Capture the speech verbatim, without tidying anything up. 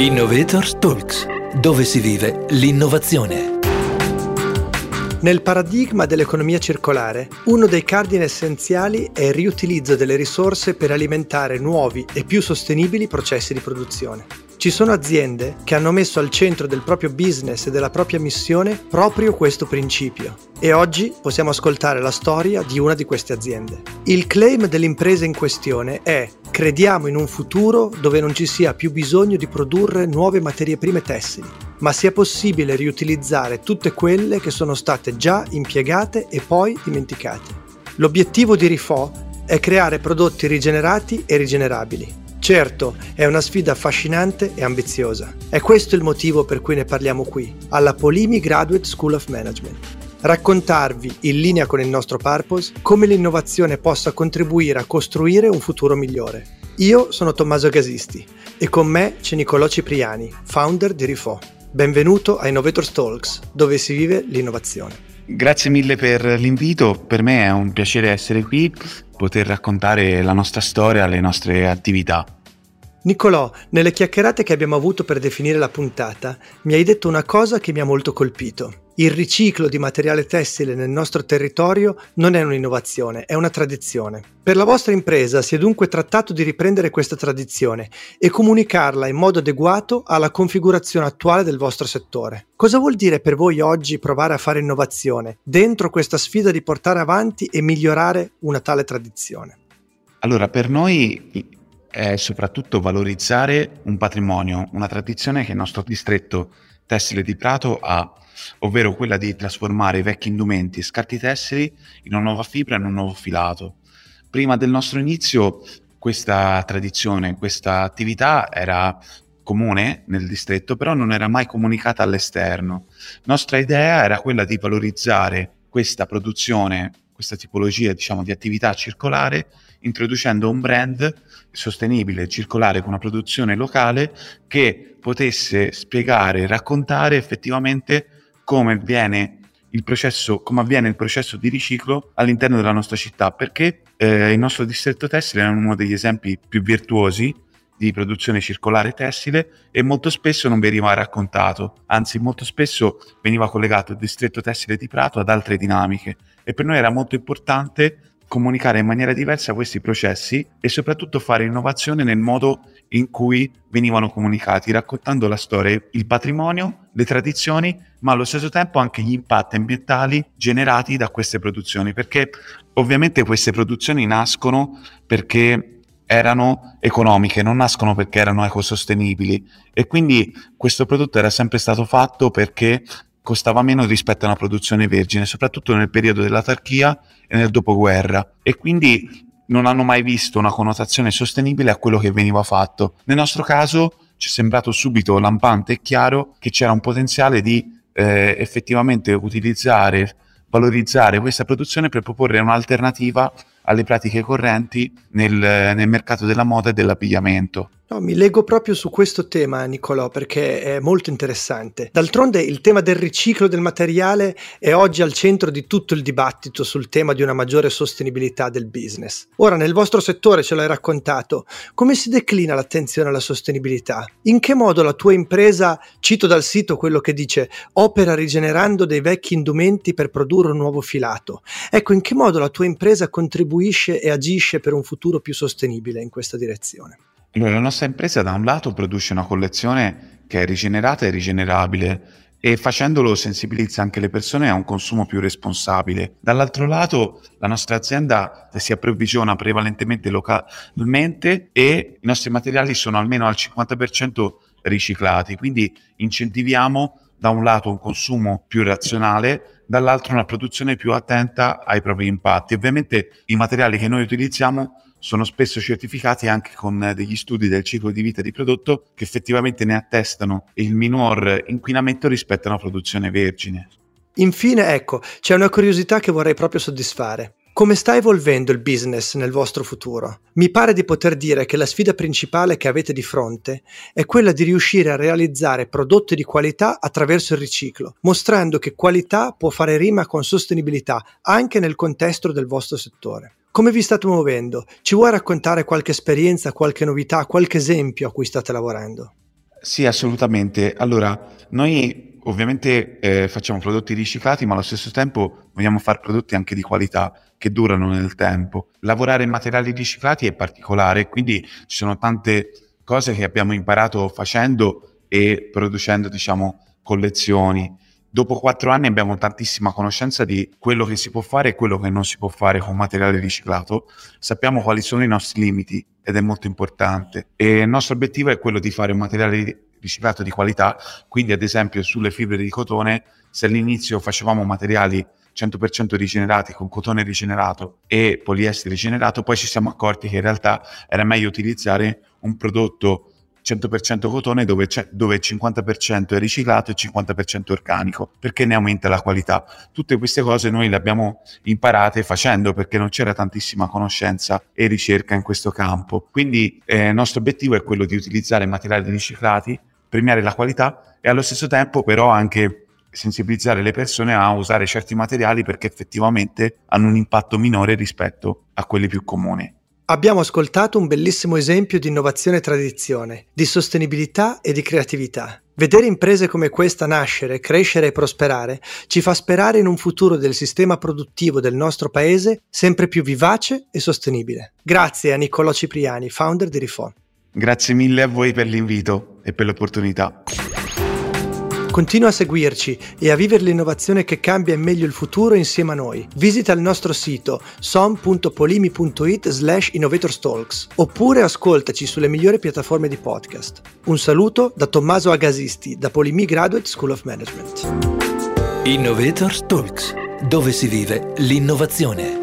Innovators Talks, dove si vive l'innovazione. Nel paradigma dell'economia circolare, uno dei cardini essenziali è il riutilizzo delle risorse per alimentare nuovi e più sostenibili processi di produzione. Ci sono aziende che hanno messo al centro del proprio business e della propria missione proprio questo principio. E oggi possiamo ascoltare la storia di una di queste aziende. Il claim dell'impresa in questione è: crediamo in un futuro dove non ci sia più bisogno di produrre nuove materie prime tessili, ma sia possibile riutilizzare tutte quelle che sono state già impiegate e poi dimenticate. L'obiettivo di Rifò è creare prodotti rigenerati e rigenerabili. Certo, è una sfida affascinante e ambiziosa. È questo il motivo per cui ne parliamo qui, alla Polimi Graduate School of Management. Raccontarvi, in linea con il nostro purpose, come l'innovazione possa contribuire a costruire un futuro migliore. Io sono Tommaso Gasisti e con me c'è Nicolò Cipriani, founder di Rifò. Benvenuto a Innovators Talks, dove si vive l'innovazione. Grazie mille per l'invito, per me è un piacere essere qui, poter raccontare la nostra storia, le nostre attività. Nicolò, nelle chiacchierate che abbiamo avuto per definire la puntata, mi hai detto una cosa che mi ha molto colpito. Il riciclo di materiale tessile nel nostro territorio non è un'innovazione, è una tradizione. Per la vostra impresa si è dunque trattato di riprendere questa tradizione e comunicarla in modo adeguato alla configurazione attuale del vostro settore. Cosa vuol dire per voi oggi provare a fare innovazione dentro questa sfida di portare avanti e migliorare una tale tradizione? Allora, per noi è soprattutto valorizzare un patrimonio, una tradizione che il nostro distretto tessile di Prato ha, ovvero quella di trasformare i vecchi indumenti e scarti tessili in una nuova fibra e in un nuovo filato. Prima del nostro inizio questa tradizione, questa attività era comune nel distretto, però non era mai comunicata all'esterno. Nostra idea era quella di valorizzare questa produzione, questa tipologia, diciamo, di attività circolare, introducendo un brand sostenibile, circolare, con una produzione locale che potesse spiegare e raccontare effettivamente come avviene il processo, come avviene il processo di riciclo all'interno della nostra città, perché eh, il nostro distretto tessile è uno degli esempi più virtuosi di produzione circolare tessile e molto spesso non veniva raccontato, anzi molto spesso veniva collegato il distretto tessile di Prato ad altre dinamiche, e per noi era molto importante comunicare in maniera diversa questi processi e soprattutto fare innovazione nel modo in cui venivano comunicati, raccontando la storia, il patrimonio, le tradizioni, ma allo stesso tempo anche gli impatti ambientali generati da queste produzioni, perché ovviamente queste produzioni nascono perché erano economiche, non nascono perché erano ecosostenibili, e quindi questo prodotto era sempre stato fatto perché costava meno rispetto a una produzione vergine, soprattutto nel periodo dell'autarchia e nel dopoguerra, e quindi non hanno mai visto una connotazione sostenibile a quello che veniva fatto. Nel nostro caso ci è sembrato subito lampante e chiaro che c'era un potenziale di eh, effettivamente utilizzare, valorizzare questa produzione per proporre un'alternativa alle pratiche correnti nel, nel mercato della moda e dell'abbigliamento. No, mi leggo proprio su questo tema, Nicolò, perché è molto interessante. D'altronde il tema del riciclo del materiale è oggi al centro di tutto il dibattito sul tema di una maggiore sostenibilità del business. Ora, nel vostro settore, ce l'hai raccontato, come si declina l'attenzione alla sostenibilità? In che modo la tua impresa, cito dal sito quello che dice, opera rigenerando dei vecchi indumenti per produrre un nuovo filato? Ecco, in che modo la tua impresa contribuisce e agisce per un futuro più sostenibile in questa direzione? Allora, la nostra impresa da un lato produce una collezione che è rigenerata e rigenerabile, e facendolo sensibilizza anche le persone a un consumo più responsabile. Dall'altro lato la nostra azienda si approvvigiona prevalentemente localmente e i nostri materiali sono almeno al cinquanta per cento riciclati, quindi incentiviamo da un lato un consumo più razionale, dall'altro una produzione più attenta ai propri impatti. Ovviamente i materiali che noi utilizziamo sono spesso certificati anche con degli studi del ciclo di vita di prodotto che effettivamente ne attestano il minor inquinamento rispetto a una produzione vergine. Infine, ecco, c'è una curiosità che vorrei proprio soddisfare. Come sta evolvendo il business nel vostro futuro? Mi pare di poter dire che la sfida principale che avete di fronte è quella di riuscire a realizzare prodotti di qualità attraverso il riciclo, mostrando che qualità può fare rima con sostenibilità anche nel contesto del vostro settore. Come vi state muovendo? Ci vuoi raccontare qualche esperienza, qualche novità, qualche esempio a cui state lavorando? Sì, assolutamente. Allora, noi ovviamente eh, facciamo prodotti riciclati, ma allo stesso tempo vogliamo fare prodotti anche di qualità, che durano nel tempo. Lavorare in materiali riciclati è particolare, quindi ci sono tante cose che abbiamo imparato facendo e producendo, diciamo, collezioni. Dopo quattro anni abbiamo tantissima conoscenza di quello che si può fare e quello che non si può fare con materiale riciclato. Sappiamo quali sono i nostri limiti ed è molto importante. E il nostro obiettivo è quello di fare un materiale riciclato di qualità, quindi ad esempio sulle fibre di cotone, se all'inizio facevamo materiali cento per cento rigenerati con cotone rigenerato e poliestere rigenerato, poi ci siamo accorti che in realtà era meglio utilizzare un prodotto cento per cento cotone dove, c'è, dove il cinquanta per cento è riciclato e il cinquanta per cento organico, perché ne aumenta la qualità. Tutte queste cose noi le abbiamo imparate facendo, perché non c'era tantissima conoscenza e ricerca in questo campo. Quindi eh, il nostro obiettivo è quello di utilizzare materiali riciclati, premiare la qualità e allo stesso tempo però anche sensibilizzare le persone a usare certi materiali perché effettivamente hanno un impatto minore rispetto a quelli più comuni. Abbiamo ascoltato un bellissimo esempio di innovazione e tradizione, di sostenibilità e di creatività. Vedere imprese come questa nascere, crescere e prosperare ci fa sperare in un futuro del sistema produttivo del nostro paese sempre più vivace e sostenibile. Grazie a Niccolò Cipriani, founder di Rifon. Grazie mille a voi per l'invito e per l'opportunità. Continua a seguirci e a vivere l'innovazione che cambia in meglio il futuro insieme a noi. Visita il nostro sito som punto polimi punto it slash innovatorstalks oppure ascoltaci sulle migliori piattaforme di podcast. Un saluto da Tommaso Agasisti, da Polimi Graduate School of Management. Innovators Talks, dove si vive l'innovazione.